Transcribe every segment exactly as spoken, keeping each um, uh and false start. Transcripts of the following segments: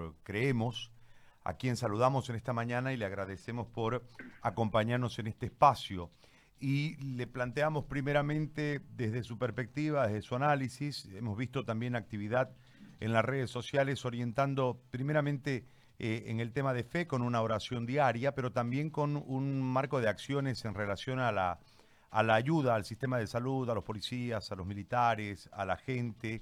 doctor Creemos, a quien saludamos en esta mañana y le agradecemos por acompañarnos en este espacio. Y le planteamos primeramente desde su perspectiva, desde su análisis, hemos visto también actividad en las redes sociales orientando primeramente eh, en el tema de fe con una oración diaria, pero también con un marco de acciones en relación a la, a la ayuda al sistema de salud, a los policías, a los militares, a la gente,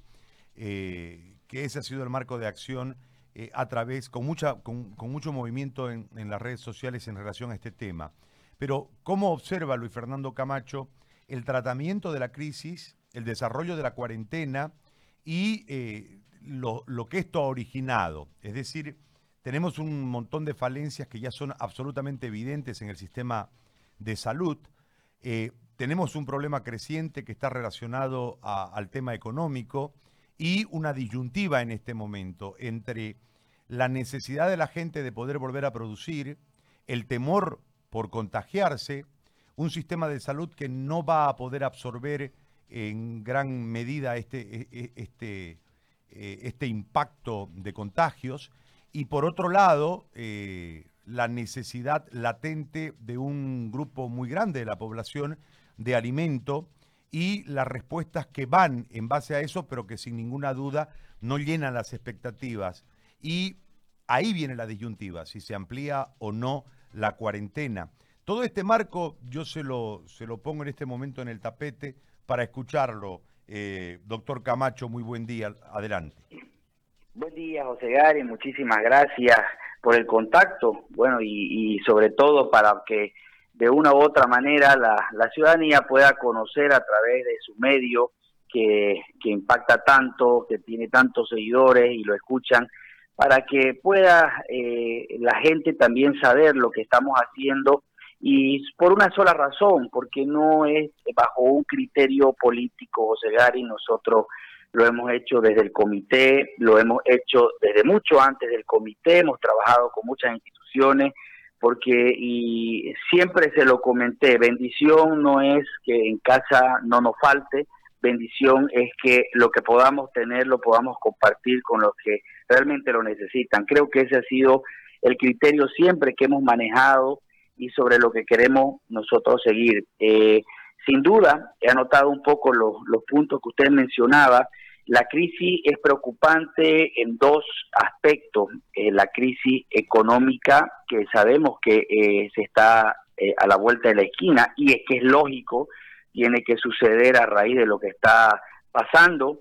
eh, que ese ha sido el marco de acción eh, a través, con, mucha, con, con mucho movimiento en, en las redes sociales en relación a este tema. Pero, ¿cómo observa Luis Fernando Camacho el tratamiento de la crisis, el desarrollo de la cuarentena y eh, lo, lo que esto ha originado? Es decir, tenemos un montón de falencias que ya son absolutamente evidentes en el sistema de salud. Eh, tenemos un problema creciente que está relacionado a, al tema económico y una disyuntiva en este momento entre la necesidad de la gente de poder volver a producir, el temor por contagiarse, un sistema de salud que no va a poder absorber en gran medida este, este, este impacto de contagios, y por otro lado, eh, la necesidad latente de un grupo muy grande de la población de alimento y las respuestas que van en base a eso, pero que sin ninguna duda no llenan las expectativas. Y ahí viene la disyuntiva, si se amplía o no la cuarentena. Todo este marco yo se lo, se lo pongo en este momento en el tapete para escucharlo. Eh, doctor Camacho, muy buen día. Adelante. Buen día, José Gary. Muchísimas gracias por el contacto. Bueno, y, y sobre todo para que de una u otra manera la, la ciudadanía pueda conocer a través de su medio que, que impacta tanto, que tiene tantos seguidores y lo escuchan, para que pueda eh, la gente también saber lo que estamos haciendo, y por una sola razón, porque no es bajo un criterio político, José Gary. Nosotros lo hemos hecho desde el comité, lo hemos hecho desde mucho antes del comité, hemos trabajado con muchas instituciones, porque, y siempre se lo comenté, bendición no es que en casa no nos falte, bendición es que lo que podamos tener lo podamos compartir con los que realmente lo necesitan. Creo que ese ha sido el criterio siempre que hemos manejado y sobre lo que queremos nosotros seguir. Eh, sin duda, he anotado un poco los, los puntos que usted mencionaba. La crisis es preocupante en dos aspectos. Eh, la crisis económica, que sabemos que eh, se está eh, a la vuelta de la esquina, y es que es lógico, tiene que suceder a raíz de lo que está pasando,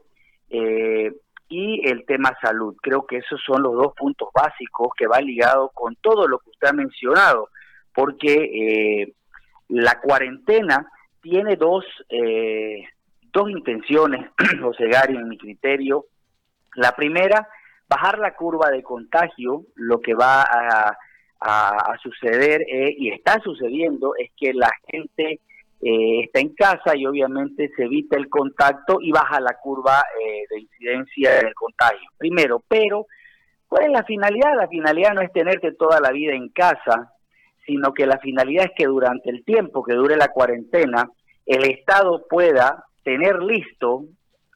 eh, y el tema salud. Creo que esos son los dos puntos básicos que van ligados con todo lo que usted ha mencionado, porque eh, la cuarentena tiene dos, eh, dos intenciones, José Gary, en mi criterio. La primera, bajar la curva de contagio. Lo que va a, a, a suceder eh, y está sucediendo es que la gente Eh, está en casa y obviamente se evita el contacto y baja la curva eh, de incidencia del contagio. Primero, pero ¿cuál es la finalidad? La finalidad no es tenerte toda la vida en casa, sino que la finalidad es que durante el tiempo que dure la cuarentena, el Estado pueda tener listo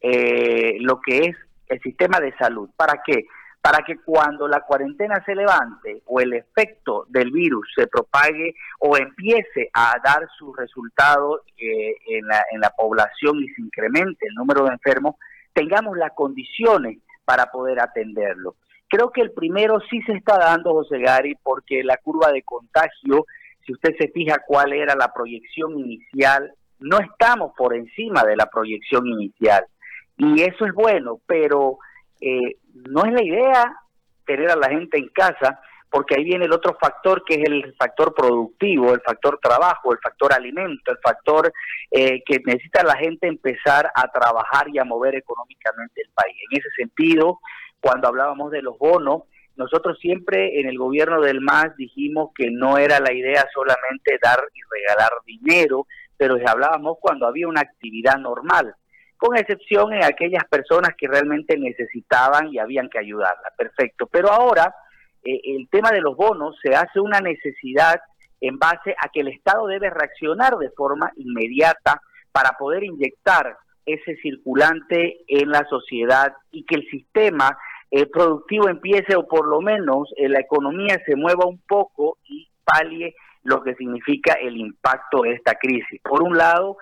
eh, lo que es el sistema de salud. ¿Para qué? Para que cuando la cuarentena se levante o el efecto del virus se propague o empiece a dar sus resultados eh, en, la, en la población y se incremente el número de enfermos, tengamos las condiciones para poder atenderlo. Creo que el primero sí se está dando, José Gary, porque la curva de contagio, si usted se fija cuál era la proyección inicial, no estamos por encima de la proyección inicial. Y eso es bueno, pero Eh, no es la idea tener a la gente en casa, porque ahí viene el otro factor, que es el factor productivo, el factor trabajo, el factor alimento, el factor eh, que necesita la gente empezar a trabajar y a mover económicamente el país. En ese sentido, cuando hablábamos de los bonos, nosotros siempre en el gobierno del M A S dijimos que no era la idea solamente dar y regalar dinero, pero hablábamos cuando había una actividad normal, con excepción en aquellas personas que realmente necesitaban y habían que ayudarla. Perfecto. Pero ahora eh, el tema de los bonos se hace una necesidad en base a que el Estado debe reaccionar de forma inmediata para poder inyectar ese circulante en la sociedad y que el sistema el productivo empiece o por lo menos eh, la economía se mueva un poco y palie lo que significa el impacto de esta crisis. Por un lado,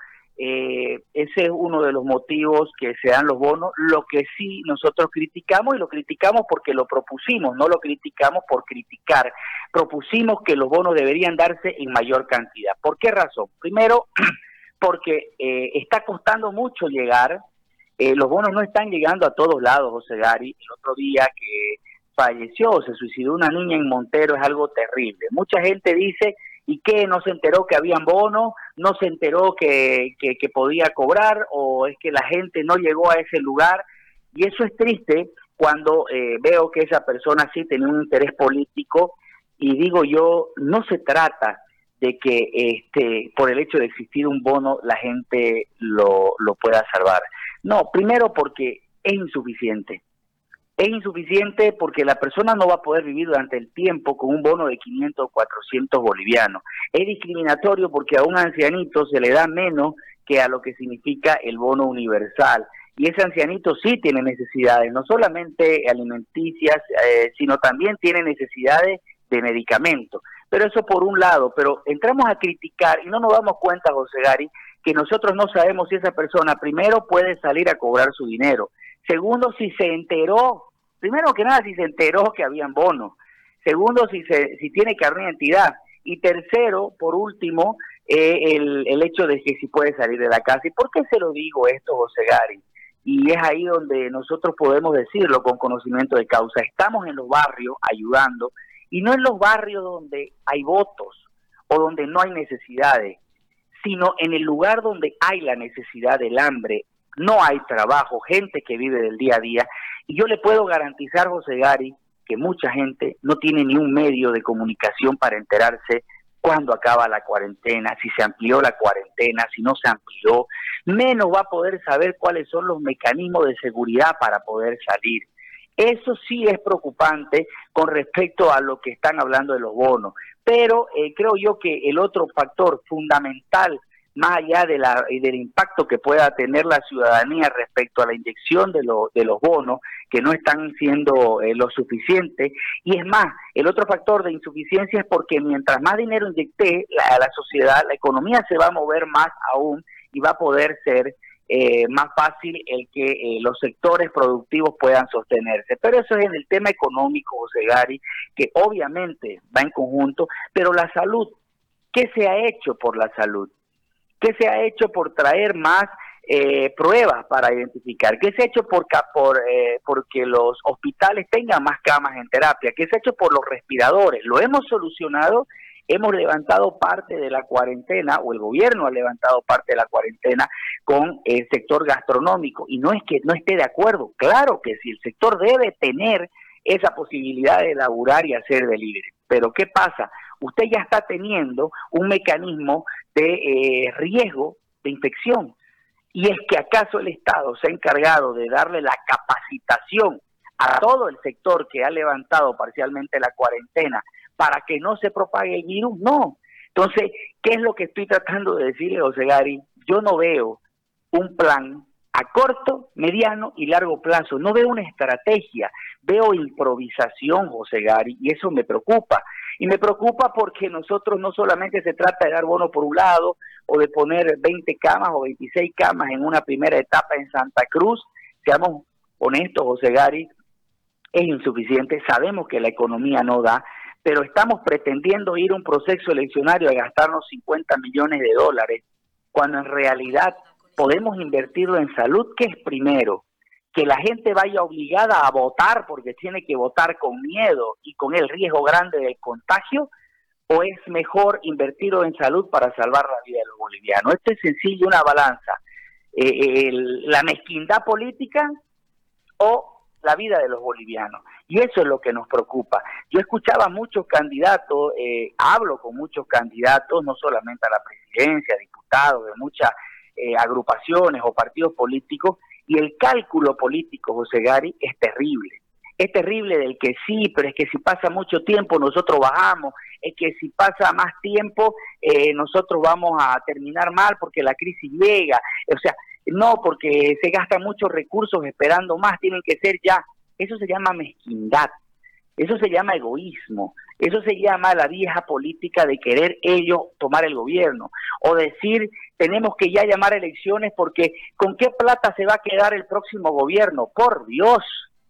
eh, ese es uno de los motivos que se dan los bonos. Lo que sí nosotros criticamos, y lo criticamos porque lo propusimos, no lo criticamos por criticar, propusimos que los bonos deberían darse en mayor cantidad. ¿Por qué razón? Primero, porque eh, está costando mucho llegar, eh, los bonos no están llegando a todos lados, José Gary. El otro día que falleció, se suicidó una niña en Montero, es algo terrible. Mucha gente dice, ¿y qué? ¿No se enteró que habían bonos? ¿No se enteró que, que, que podía cobrar? ¿O es que la gente no llegó a ese lugar? Y eso es triste cuando eh, veo que esa persona sí tenía un interés político, y digo yo, no se trata de que este por el hecho de existir un bono la gente lo, lo pueda salvar. No, primero porque es insuficiente. Es insuficiente porque la persona no va a poder vivir durante el tiempo con un bono de quinientos o cuatrocientos bolivianos. Es discriminatorio porque a un ancianito se le da menos que a lo que significa el bono universal. Y ese ancianito sí tiene necesidades, no solamente alimenticias, eh, sino también tiene necesidades de medicamentos. Pero eso por un lado, pero entramos a criticar y no nos damos cuenta, José Gary, que nosotros no sabemos si esa persona primero puede salir a cobrar su dinero. Segundo, si se enteró, primero que nada, si se enteró que habían bonos. Segundo, si se si tiene carnet de identidad. Y tercero, por último, eh, el, el hecho de que si puede salir de la casa. ¿Y por qué se lo digo esto, José Gary? Y es ahí donde nosotros podemos decirlo con conocimiento de causa. Estamos en los barrios ayudando, y no en los barrios donde hay votos o donde no hay necesidades, sino en el lugar donde hay la necesidad del hambre, no hay trabajo, gente que vive del día a día. Y yo le puedo garantizar, José Gary, que mucha gente no tiene ni un medio de comunicación para enterarse cuándo acaba la cuarentena, si se amplió la cuarentena, si no se amplió, menos va a poder saber cuáles son los mecanismos de seguridad para poder salir. Eso sí es preocupante con respecto a lo que están hablando de los bonos, pero eh, creo yo que el otro factor fundamental, más allá de la, del impacto que pueda tener la ciudadanía respecto a la inyección de, lo, de los bonos, que no están siendo eh, lo suficiente, y es más, el otro factor de insuficiencia es porque mientras más dinero inyecte la, a la sociedad, la economía se va a mover más aún y va a poder ser Eh, más fácil el que eh, los sectores productivos puedan sostenerse. Pero eso es en el tema económico, José Gary, que obviamente va en conjunto, pero la salud, ¿qué se ha hecho por la salud? ¿Qué se ha hecho por traer más eh, pruebas para identificar? ¿Qué se ha hecho por, por eh, porque los hospitales tengan más camas en terapia? ¿Qué se ha hecho por los respiradores? ¿Lo hemos solucionado? Hemos levantado parte de la cuarentena, o el gobierno ha levantado parte de la cuarentena con el sector gastronómico, y no es que no esté de acuerdo, claro que sí, el sector debe tener esa posibilidad de laburar y hacer delivery, pero ¿qué pasa? Usted ya está teniendo un mecanismo de eh, riesgo de infección, y es que acaso el Estado se ha encargado de darle la capacitación a todo el sector que ha levantado parcialmente la cuarentena para que no se propague el virus. No. Entonces, ¿qué es lo que estoy tratando de decirle, José Gary? Yo no veo un plan a corto, mediano y largo plazo. No veo una estrategia, veo improvisación, José Gary, y eso me preocupa. Y me preocupa porque nosotros no solamente se trata de dar bono por un lado, o de poner veinte camas o veintiséis camas en una primera etapa en Santa Cruz. Seamos honestos, José Gary, es insuficiente, sabemos que la economía no da, pero estamos pretendiendo ir a un proceso eleccionario a gastarnos cincuenta millones de dólares, cuando en realidad podemos invertirlo en salud, que es primero, que la gente vaya obligada a votar porque tiene que votar con miedo y con el riesgo grande del contagio, o es mejor invertirlo en salud para salvar la vida de los bolivianos. Esto es sencillo, una balanza, eh, el, la mezquindad política o la vida de los bolivianos, y eso es lo que nos preocupa. Yo escuchaba a muchos candidatos, eh, hablo con muchos candidatos, no solamente a la presidencia, diputados de muchas eh, agrupaciones o partidos políticos, y el cálculo político, José Gary, es terrible. Es terrible del que sí, pero es que si pasa mucho tiempo nosotros bajamos, es que si pasa más tiempo eh, nosotros vamos a terminar mal porque la crisis llega, o sea, no, porque se gastan muchos recursos esperando más, tienen que ser ya. eso se llama mezquindad, eso se llama egoísmo, eso se llama la vieja política de querer ellos tomar el gobierno, o decir, tenemos que ya llamar elecciones porque ¿con qué plata se va a quedar el próximo gobierno? Por Dios.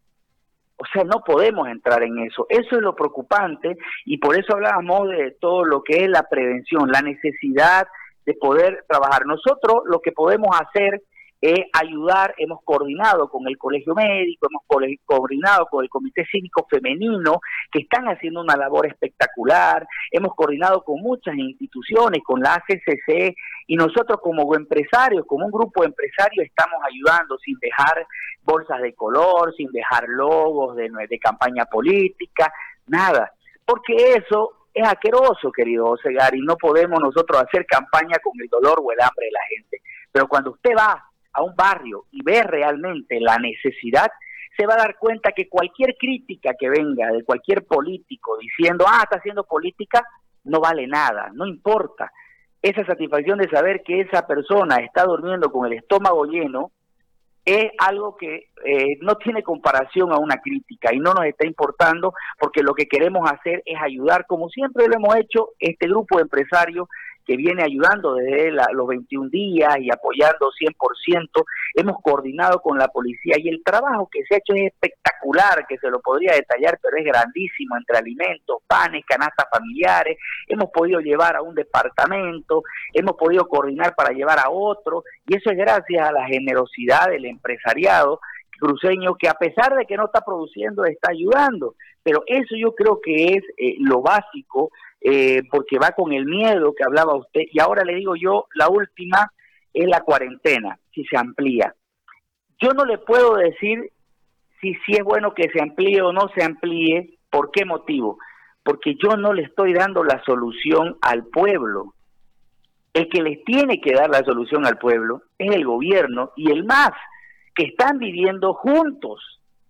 O sea, no podemos entrar en eso. Eso es lo preocupante y por eso hablábamos de todo lo que es la prevención, la necesidad de poder trabajar. Nosotros lo que podemos hacer es ayudar, hemos coordinado con el Colegio Médico, hemos coordinado con el Comité Cívico Femenino, que están haciendo una labor espectacular, hemos coordinado con muchas instituciones, con la A C C C, y nosotros como empresarios, como un grupo de empresarios, estamos ayudando sin dejar bolsas de color, sin dejar logos de, de campaña política, nada, porque eso es asqueroso, querido José Gary, no podemos nosotros hacer campaña con el dolor o el hambre de la gente, pero cuando usted va a un barrio y ve realmente la necesidad, se va a dar cuenta que cualquier crítica que venga de cualquier político diciendo, ah, está haciendo política, no vale nada, no importa. Esa satisfacción de saber que esa persona está durmiendo con el estómago lleno es algo que eh, no tiene comparación a una crítica y no nos está importando porque lo que queremos hacer es ayudar, como siempre lo hemos hecho, este grupo de empresarios que viene ayudando desde la, los veintiún días y apoyando cien por ciento, hemos coordinado con la policía y el trabajo que se ha hecho es espectacular, que se lo podría detallar, pero es grandísimo, entre alimentos, panes, canastas familiares, hemos podido llevar a un departamento, hemos podido coordinar para llevar a otro, y eso es gracias a la generosidad del empresariado cruceño, que a pesar de que no está produciendo, está ayudando, pero eso yo creo que es eh, lo básico, Eh, porque va con el miedo que hablaba usted, y ahora le digo yo, la última es la cuarentena, si se amplía. Yo no le puedo decir si, si es bueno que se amplíe o no se amplíe, ¿por qué motivo? Porque yo no le estoy dando la solución al pueblo. El que les tiene que dar la solución al pueblo es el gobierno y el M A S, que están viviendo juntos.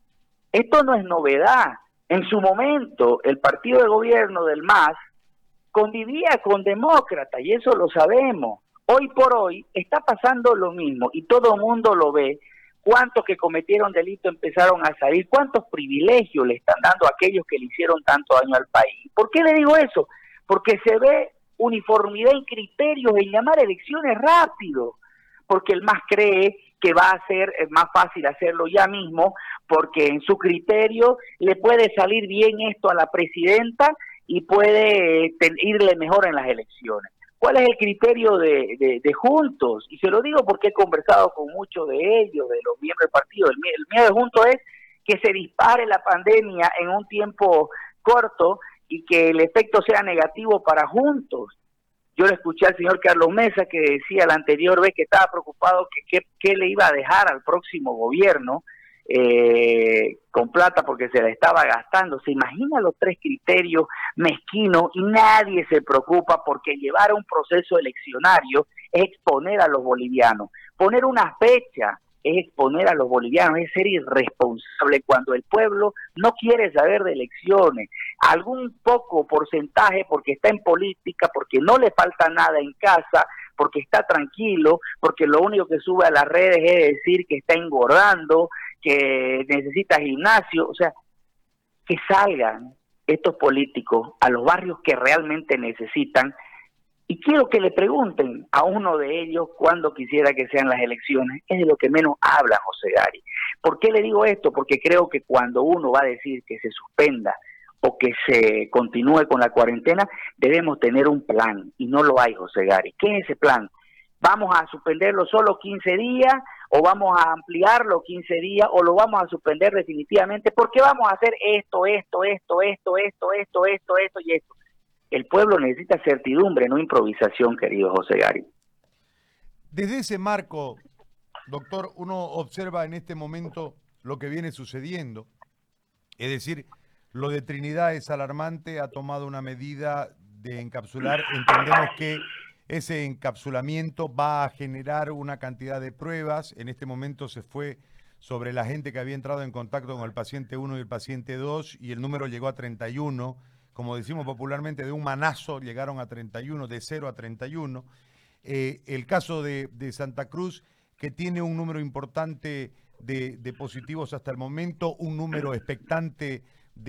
Esto no es novedad. En su momento, el partido de gobierno del M A S convivía con demócratas, y eso lo sabemos. Hoy por hoy está pasando lo mismo, y todo el mundo lo ve. Cuántos que cometieron delito empezaron a salir, cuántos privilegios le están dando a aquellos que le hicieron tanto daño al país. ¿Por qué le digo eso? Porque se ve uniformidad en criterios en llamar elecciones rápido, porque el M A S cree que va a ser más fácil hacerlo ya mismo, porque en su criterio le puede salir bien esto a la presidenta y puede ten, irle mejor en las elecciones. ¿Cuál es el criterio de, de, de Juntos? Y se lo digo porque he conversado con muchos de ellos, de los miembros del partido. El, el miedo de Juntos es que se dispare la pandemia en un tiempo corto y que el efecto sea negativo para Juntos. Yo le escuché al señor Carlos Mesa que decía la anterior vez que estaba preocupado que qué le iba a dejar al próximo gobierno eh, con plata porque se la estaba gastando. Se imagina los tres criterios mezquinos y nadie se preocupa porque llevar un proceso eleccionario es exponer a los bolivianos. Poner una fecha es exponer a los bolivianos, es ser irresponsable cuando el pueblo no quiere saber de elecciones. Algún poco porcentaje porque está en política, porque no le falta nada en casa, porque está tranquilo, porque lo único que sube a las redes es decir que está engordando, que necesita gimnasio. O sea, que salgan estos políticos a los barrios que realmente necesitan. Y quiero que le pregunten a uno de ellos cuándo quisiera que sean las elecciones. Es de lo que menos habla José Gary. ¿Por qué le digo esto? Porque creo que cuando uno va a decir que se suspenda o que se continúe con la cuarentena, debemos tener un plan, y no lo hay, José Gary. ¿Qué es ese plan? ¿Vamos a suspenderlo solo quince días o vamos a ampliarlo quince días o lo vamos a suspender definitivamente? ¿Por qué vamos a hacer esto, esto, esto, esto, esto, esto, esto, esto y esto? El pueblo necesita certidumbre, no improvisación, querido José Gary. Desde ese marco, doctor, uno observa en este momento lo que viene sucediendo. Es decir, lo de Trinidad es alarmante, ha tomado una medida de encapsular. Entendemos que ese encapsulamiento va a generar una cantidad de pruebas. En este momento se fue sobre la gente que había entrado en contacto con el paciente uno y el paciente dos, y el número llegó a treinta y uno. Como decimos popularmente, de un manazo llegaron a treinta y uno, de cero a treinta y uno. Eh, el caso de, de Santa Cruz, que tiene un número importante de, de positivos hasta el momento, un número expectante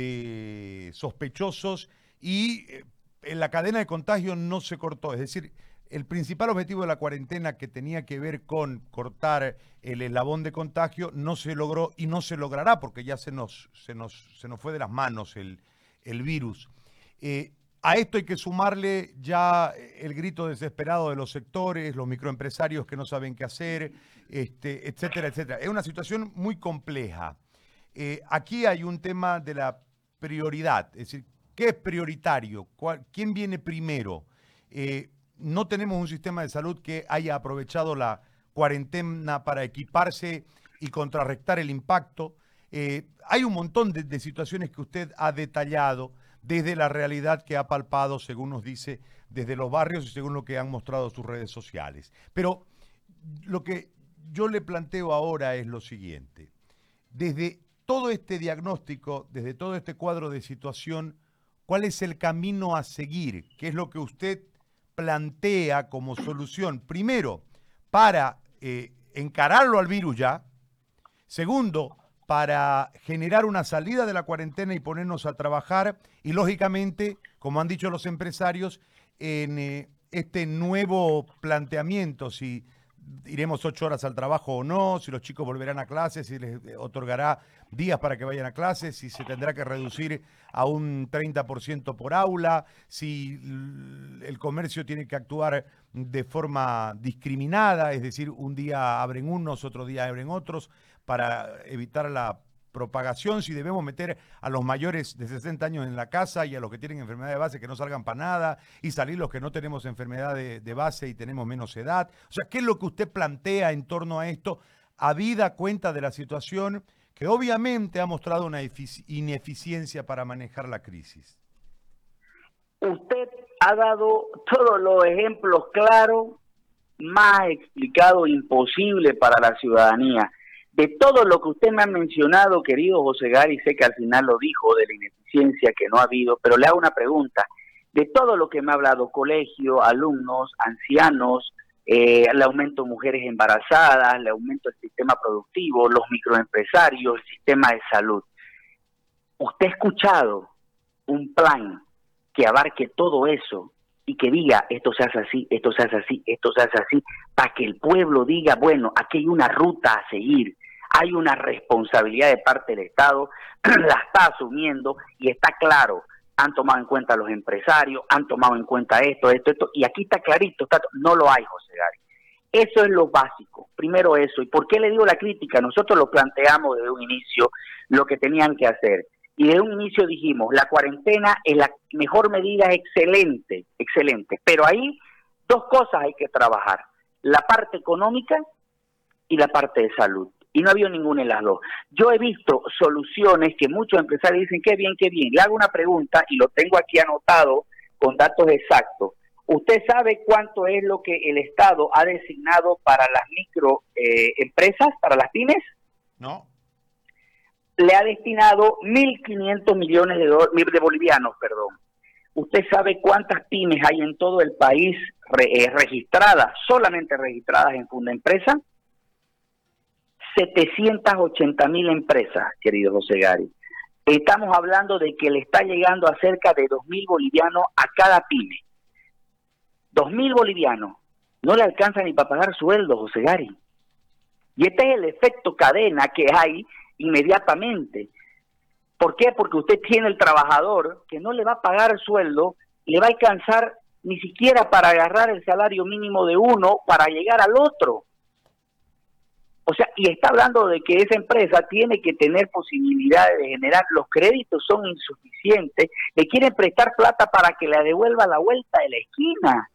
de sospechosos y eh, en la cadena de contagio no se cortó. Es decir, el principal objetivo de la cuarentena, que tenía que ver con cortar el eslabón de contagio, no se logró y no se logrará porque ya se nos, se nos, se nos fue de las manos el, el virus. Eh, a esto hay que sumarle ya el grito desesperado de los sectores, los microempresarios que no saben qué hacer, este, etcétera, etcétera. Es una situación muy compleja. Eh, aquí hay un tema de la prioridad, es decir, ¿qué es prioritario? ¿Cuál, ¿Quién viene primero? Eh, no tenemos un sistema de salud que haya aprovechado la cuarentena para equiparse y contrarrestar el impacto. Eh, hay un montón de, de situaciones que usted ha detallado desde la realidad que ha palpado, según nos dice, desde los barrios y según lo que han mostrado sus redes sociales. Pero lo que yo le planteo ahora es lo siguiente. Desde todo este diagnóstico, desde todo este cuadro de situación, ¿cuál es el camino a seguir? ¿Qué es lo que usted plantea como solución? Primero, para eh, encararlo al virus ya. Segundo, para generar una salida de la cuarentena y ponernos a trabajar. Y lógicamente, como han dicho los empresarios, en eh, este nuevo planteamiento, si iremos ocho horas al trabajo o no, si los chicos volverán a clases, si les otorgará días para que vayan a clases, si se tendrá que reducir a un treinta por ciento por aula, si el comercio tiene que actuar de forma discriminada, es decir, un día abren unos, otro día abren otros, para evitar la propagación, si debemos meter a los mayores de sesenta años en la casa y a los que tienen enfermedad de base que no salgan para nada, y salir los que no tenemos enfermedad de, de base y tenemos menos edad. O sea, ¿qué es lo que usted plantea en torno a esto, habida cuenta de la situación que obviamente ha mostrado una ineficiencia para manejar la crisis? Usted ha dado todos los ejemplos claros, más explicado imposible para la ciudadanía. De todo lo que usted me ha mencionado, querido José Gary, sé que al final lo dijo de la ineficiencia que no ha habido, pero le hago una pregunta. De todo lo que me ha hablado, colegio, alumnos, ancianos, eh, el aumento de mujeres embarazadas, el aumento del sistema productivo, los microempresarios, el sistema de salud, ¿usted ha escuchado un plan que abarque todo eso y que diga esto se hace así, esto se hace así, esto se hace así, para que el pueblo diga, bueno, aquí hay una ruta a seguir, hay una responsabilidad de parte del Estado, la está asumiendo y está claro, han tomado en cuenta los empresarios, han tomado en cuenta esto, esto, esto, y aquí está clarito, está, no lo hay, José Gary. Eso es lo básico, primero eso. ¿Y por qué le digo la crítica? Nosotros lo planteamos desde un inicio, lo que tenían que hacer. Y desde un inicio dijimos, la cuarentena es la mejor medida, es excelente, excelente. Pero ahí dos cosas hay que trabajar, la parte económica y la parte de salud. Y no ha habido ninguna de las dos. Yo he visto soluciones que muchos empresarios dicen, qué bien, qué bien. Le hago una pregunta y lo tengo aquí anotado con datos exactos. ¿Usted sabe cuánto es lo que el Estado ha designado para las microempresas, eh, para las pymes? No. Le ha destinado mil quinientos millones de, do- de bolivianos, perdón. ¿Usted sabe cuántas pymes hay en todo el país re, eh, registradas, solamente registradas en Fundaempresa? setecientas ochenta mil empresas, querido José Gary. Estamos hablando de que le está llegando a cerca de dos mil bolivianos a cada pyme. dos mil bolivianos. No le alcanza ni para pagar sueldo, José Gary. Y este es el efecto cadena que hay inmediatamente. ¿Por qué? Porque usted tiene el trabajador que no le va a pagar el sueldo, le va a alcanzar ni siquiera para agarrar el salario mínimo de uno para llegar al otro. O sea, y está hablando de que esa empresa tiene que tener posibilidades de generar, los créditos son insuficientes, le quieren prestar plata para que la devuelva a la vuelta de la esquina.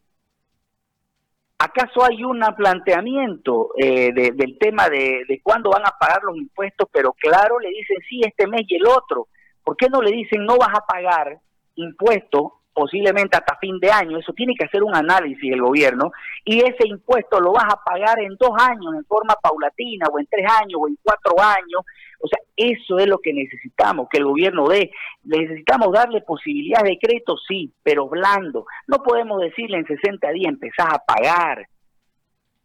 ¿Acaso hay un planteamiento eh, de, del tema de, de cuándo van a pagar los impuestos? Pero claro, le dicen sí este mes y el otro. ¿Por qué no le dicen no vas a pagar impuestos posiblemente hasta fin de año? Eso tiene que hacer un análisis el gobierno, y ese impuesto lo vas a pagar en dos años en forma paulatina, o en tres años, o en cuatro años. O sea, eso es lo que necesitamos, que el gobierno dé. Necesitamos darle posibilidades de crédito, sí, pero blando. No podemos decirle en sesenta días empezás a pagar.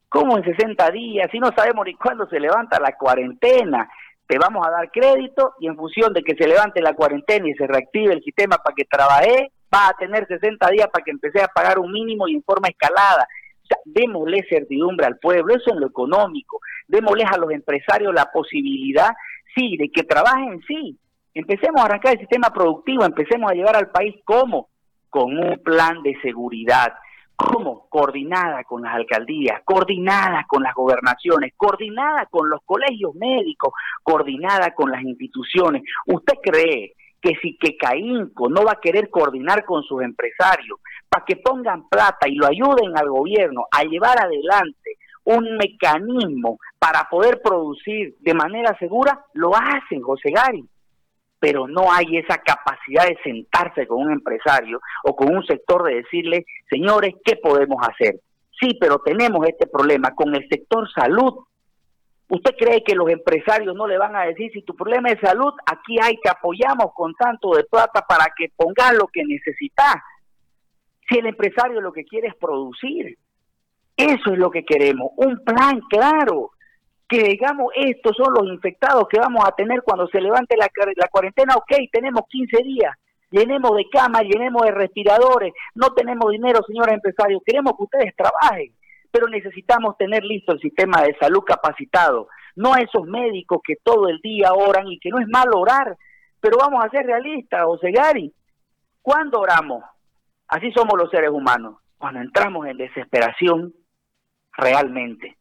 ¿Cómo en sesenta días? Si no sabemos ni cuándo se levanta la cuarentena. Te vamos a dar crédito y en función de que se levante la cuarentena y se reactive el sistema para que trabaje, vas a tener sesenta días para que empecé a pagar un mínimo y en forma escalada. O sea, démosle certidumbre al pueblo, eso en lo económico. Démosles a los empresarios la posibilidad, sí, de que trabajen, sí. Empecemos a arrancar el sistema productivo, empecemos a llevar al país, ¿cómo? Con un plan de seguridad. ¿Cómo? Coordinada con las alcaldías, coordinada con las gobernaciones, coordinada con los colegios médicos, coordinada con las instituciones. ¿Usted cree que si que Caínco no va a querer coordinar con sus empresarios para que pongan plata y lo ayuden al gobierno a llevar adelante un mecanismo para poder producir de manera segura? Lo hacen, José Gary. Pero no hay esa capacidad de sentarse con un empresario o con un sector de decirle, señores, ¿qué podemos hacer? Sí, pero tenemos este problema con el sector salud. ¿Usted cree que los empresarios no le van a decir, si tu problema es salud, aquí hay, te apoyamos con tanto de plata para que pongas lo que necesitas? Si el empresario lo que quiere es producir, eso es lo que queremos, un plan claro. Que digamos, estos son los infectados que vamos a tener cuando se levante la, la cuarentena. Ok, tenemos quince días, llenemos de camas, llenemos de respiradores, no tenemos dinero, señores empresarios, queremos que ustedes trabajen, pero necesitamos tener listo el sistema de salud capacitado, no a esos médicos que todo el día oran, y que no es malo orar, pero vamos a ser realistas, José Gary. ¿Cuándo oramos? Así somos los seres humanos, cuando entramos en desesperación realmente.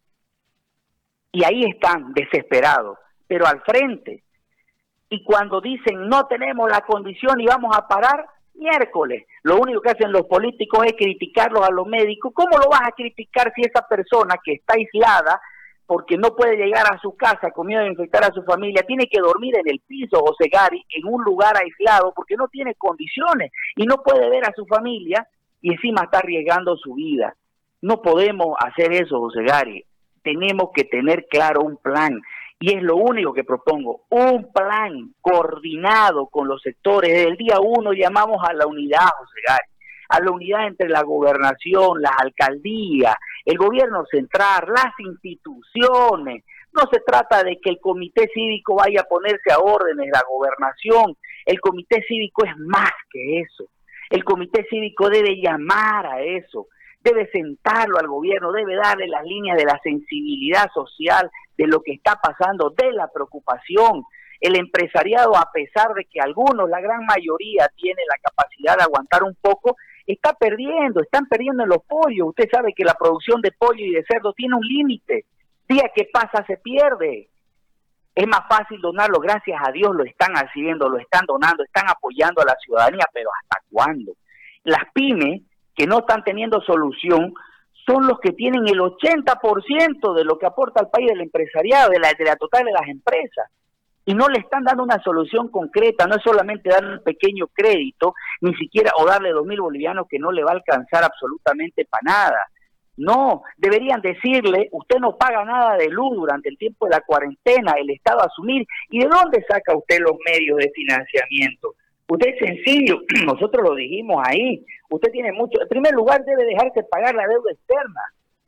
Y ahí están, desesperados, pero al frente. Y cuando dicen, no tenemos la condición y vamos a parar, miércoles. Lo único que hacen los políticos es criticarlos a los médicos. ¿Cómo lo vas a criticar si esa persona que está aislada, porque no puede llegar a su casa con miedo de infectar a su familia, tiene que dormir en el piso, José Gary, en un lugar aislado, porque no tiene condiciones y no puede ver a su familia y encima está arriesgando su vida? No podemos hacer eso, José Gary. Tenemos que tener claro un plan, y es lo único que propongo, un plan coordinado con los sectores. Desde el día uno llamamos a la unidad, José Gary, a la unidad entre la gobernación, las alcaldías, el gobierno central, las instituciones. No se trata de que el comité cívico vaya a ponerse a órdenes, la gobernación. El comité cívico es más que eso. El comité cívico debe llamar a eso, debe sentarlo al gobierno, debe darle las líneas de la sensibilidad social, de lo que está pasando, de la preocupación. El empresariado, a pesar de que algunos, la gran mayoría, tiene la capacidad de aguantar un poco, está perdiendo, están perdiendo en los pollos. Usted sabe que la producción de pollo y de cerdo tiene un límite. Día que pasa se pierde. Es más fácil donarlo, gracias a Dios lo están haciendo, lo están donando, están apoyando a la ciudadanía, pero ¿hasta cuándo? Las pymes que no están teniendo solución son los que tienen el ochenta por ciento de lo que aporta al país del empresariado, de la, de la total de las empresas, y no le están dando una solución concreta. No es solamente darle un pequeño crédito, ni siquiera, o darle dos mil bolivianos que no le va a alcanzar absolutamente para nada. No, deberían decirle, usted no paga nada de luz durante el tiempo de la cuarentena, el Estado asumir. ¿Y de dónde saca usted los medios de financiamiento? Usted es sencillo, nosotros lo dijimos ahí, usted tiene mucho. En primer lugar, debe dejarse pagar la deuda externa.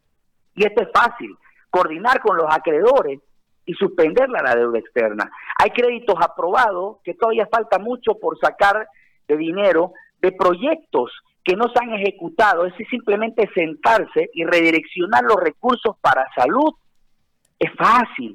Y esto es fácil, coordinar con los acreedores y suspenderla la deuda externa. Hay créditos aprobados que todavía falta mucho por sacar de dinero de proyectos que no se han ejecutado. Es simplemente sentarse y redireccionar los recursos para salud. Es fácil.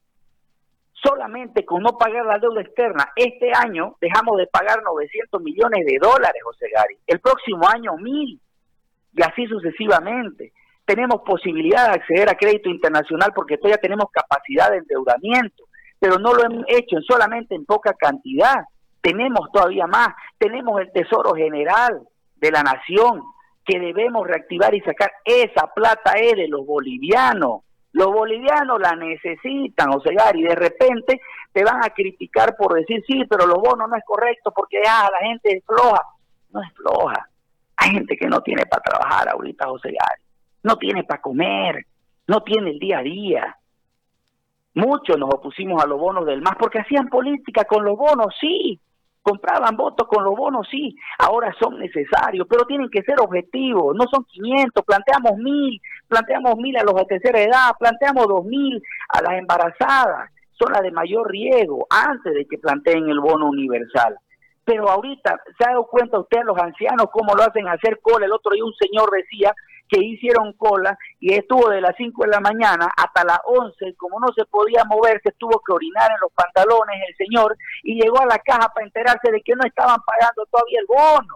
Solamente con no pagar la deuda externa, este año dejamos de pagar novecientos millones de dólares, José Gary. El próximo año, mil. Y así sucesivamente. Tenemos posibilidad de acceder a crédito internacional porque todavía tenemos capacidad de endeudamiento, pero no lo hemos hecho en solamente en poca cantidad. Tenemos todavía más. Tenemos el Tesoro General de la Nación que debemos reactivar y sacar. Esa plata es de los bolivianos. Los bolivianos la necesitan, José Gary, y de repente te van a criticar por decir, sí, pero los bonos no es correcto porque ah, la gente es floja. No es floja. Hay gente que no tiene para trabajar ahorita, José Gary. No tiene para comer, no tiene el día a día. Muchos nos opusimos a los bonos del M A S porque hacían política con los bonos, sí, Compraban votos con los bonos, sí, ahora son necesarios, pero tienen que ser objetivos, no son quinientos, planteamos mil, planteamos mil a los de tercera edad, planteamos dos mil a las embarazadas, son las de mayor riesgo, antes de que planteen el bono universal. Pero ahorita, ¿se ha dado cuenta usted, los ancianos, cómo lo hacen hacer cola? El otro día un señor decía que hicieron cola y estuvo de las cinco de la mañana hasta las once, como no se podía mover, se tuvo que orinar en los pantalones el señor y llegó a la caja para enterarse de que no estaban pagando todavía el bono.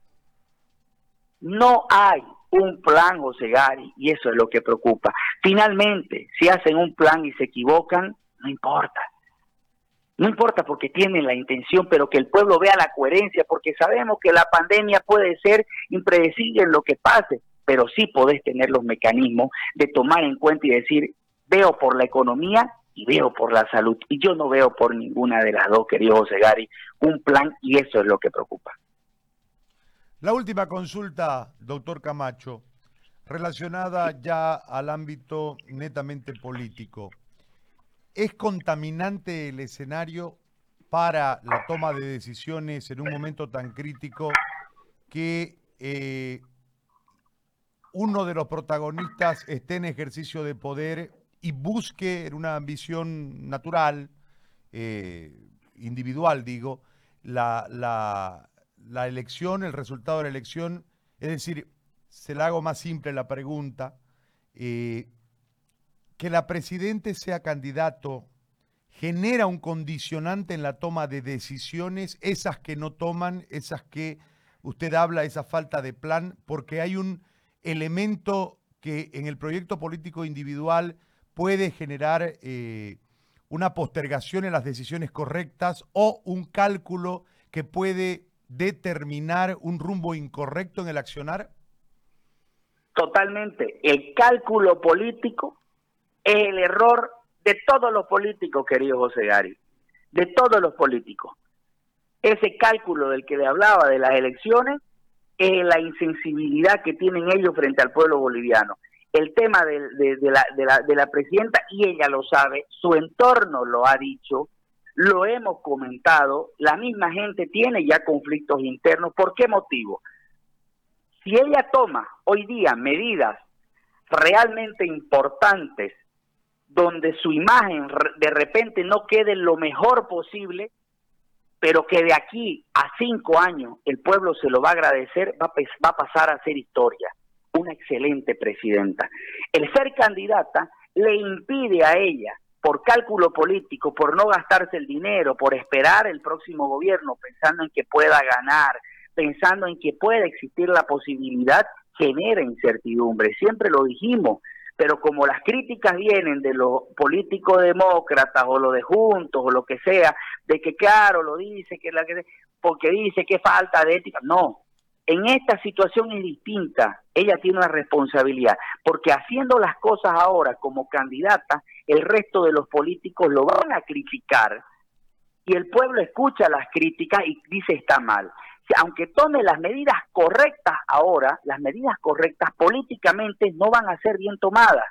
No hay un plan, José Gary, y eso es lo que preocupa. Finalmente, si hacen un plan y se equivocan, no importa. No importa porque tienen la intención, pero que el pueblo vea la coherencia, porque sabemos que la pandemia puede ser impredecible en lo que pase, pero sí podés tener los mecanismos de tomar en cuenta y decir, veo por la economía y veo por la salud, y yo no veo por ninguna de las dos, querido José Gary, un plan, y eso es lo que preocupa. La última consulta, doctor Camacho, relacionada ya al ámbito netamente político. ¿Es contaminante el escenario para la toma de decisiones en un momento tan crítico que eh, uno de los protagonistas esté en ejercicio de poder y busque en una ambición natural, eh, individual digo, la, la, la elección, el resultado de la elección? Es decir, se la hago más simple la pregunta, eh, que la presidente sea candidato genera un condicionante en la toma de decisiones, esas que no toman, esas que usted habla, esa falta de plan, porque hay un elemento que en el proyecto político individual puede generar eh, una postergación en las decisiones correctas o un cálculo que puede determinar un rumbo incorrecto en el accionar? Totalmente. El cálculo político es el error de todos los políticos, querido José Gary, de todos los políticos. Ese cálculo del que le hablaba de las elecciones es la insensibilidad que tienen ellos frente al pueblo boliviano. El tema de, de, de, la, de, la, de la presidenta, y ella lo sabe, su entorno lo ha dicho, lo hemos comentado, la misma gente tiene ya conflictos internos. ¿Por qué motivo? Si ella toma hoy día medidas realmente importantes donde su imagen de repente no quede lo mejor posible, pero que de aquí a cinco años el pueblo se lo va a agradecer, va a, va a pasar a ser historia. Una excelente presidenta. El ser candidata le impide a ella, por cálculo político, por no gastarse el dinero, por esperar el próximo gobierno, pensando en que pueda ganar, pensando en que pueda existir la posibilidad, genera incertidumbre. Siempre lo dijimos, pero como las críticas vienen de los políticos demócratas o lo de Juntos o lo que sea, de que claro, lo dice, que la que porque dice que falta de ética, no. En esta situación es distinta, ella tiene una responsabilidad, porque haciendo las cosas ahora como candidata, el resto de los políticos lo van a criticar y el pueblo escucha las críticas y dice está mal. Aunque tome las medidas correctas ahora, las medidas correctas políticamente no van a ser bien tomadas,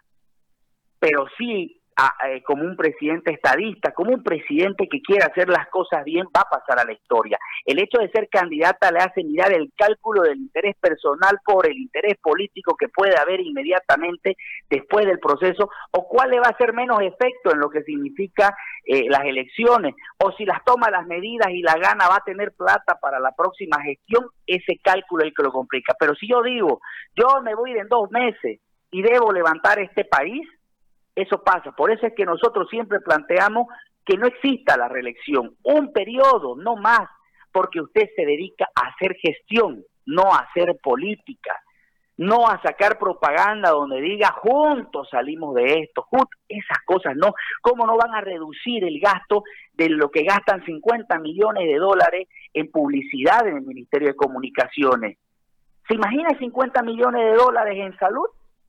pero sí a, eh, como un presidente estadista, como un presidente que quiere hacer las cosas bien, va a pasar a la historia. El hecho de ser candidata le hace mirar el cálculo del interés personal por el interés político que puede haber inmediatamente después del proceso, o cuál le va a hacer menos efecto en lo que significa eh, las elecciones, o si las toma las medidas y la gana va a tener plata para la próxima gestión. Ese cálculo es el que lo complica. Pero si yo digo, yo me voy en dos meses y debo levantar este país, eso pasa. Por eso es que nosotros siempre planteamos que no exista la reelección, un periodo, no más, porque usted se dedica a hacer gestión, no a hacer política, no a sacar propaganda donde diga juntos salimos de esto, juntos, esas cosas no. ¿Cómo no van a reducir el gasto de lo que gastan cincuenta millones de dólares en publicidad en el Ministerio de Comunicaciones? ¿Se imagina cincuenta millones de dólares en salud?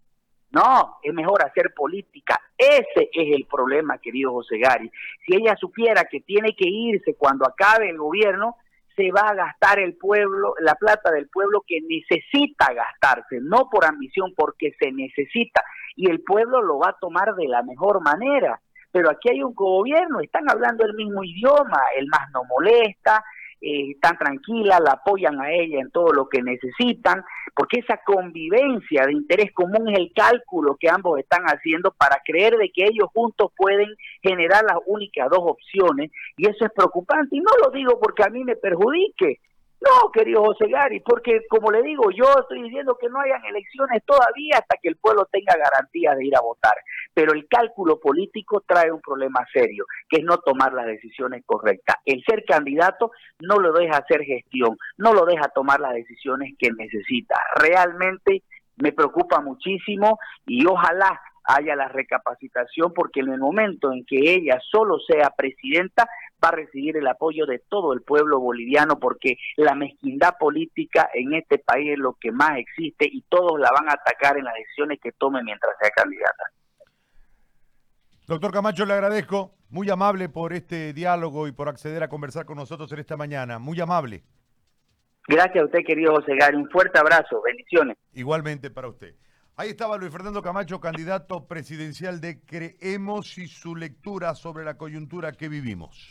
No, es mejor hacer política. Ese es el problema, querido José Gary. Si ella supiera que tiene que irse cuando acabe el gobierno, se va a gastar el pueblo, la plata del pueblo que necesita gastarse, no por ambición, porque se necesita. Y el pueblo lo va a tomar de la mejor manera. Pero aquí hay un gobierno, están hablando el mismo idioma, el más no molesta, eh, están tranquilas, la apoyan a ella en todo lo que necesitan, porque esa convivencia de interés común es el cálculo que ambos están haciendo para creer de que ellos juntos pueden generar las únicas dos opciones, y eso es preocupante, y no lo digo porque a mí me perjudique, no, querido José Gary, porque como le digo, yo estoy diciendo que no hayan elecciones todavía hasta que el pueblo tenga garantía de ir a votar, pero el cálculo político trae un problema serio, que es no tomar las decisiones correctas. El ser candidato no lo deja hacer gestión, no lo deja tomar las decisiones que necesita. Realmente me preocupa muchísimo y ojalá haya la recapacitación, porque en el momento en que ella solo sea presidenta va a recibir el apoyo de todo el pueblo boliviano, porque la mezquindad política en este país es lo que más existe y todos la van a atacar en las decisiones que tome mientras sea candidata. Doctor Camacho, le agradezco, muy amable por este diálogo y por acceder a conversar con nosotros en esta mañana, muy amable. Gracias a usted, querido José Gary, un fuerte abrazo, bendiciones. Igualmente para usted. Ahí estaba Luis Fernando Camacho, candidato presidencial de Creemos, y su lectura sobre la coyuntura que vivimos.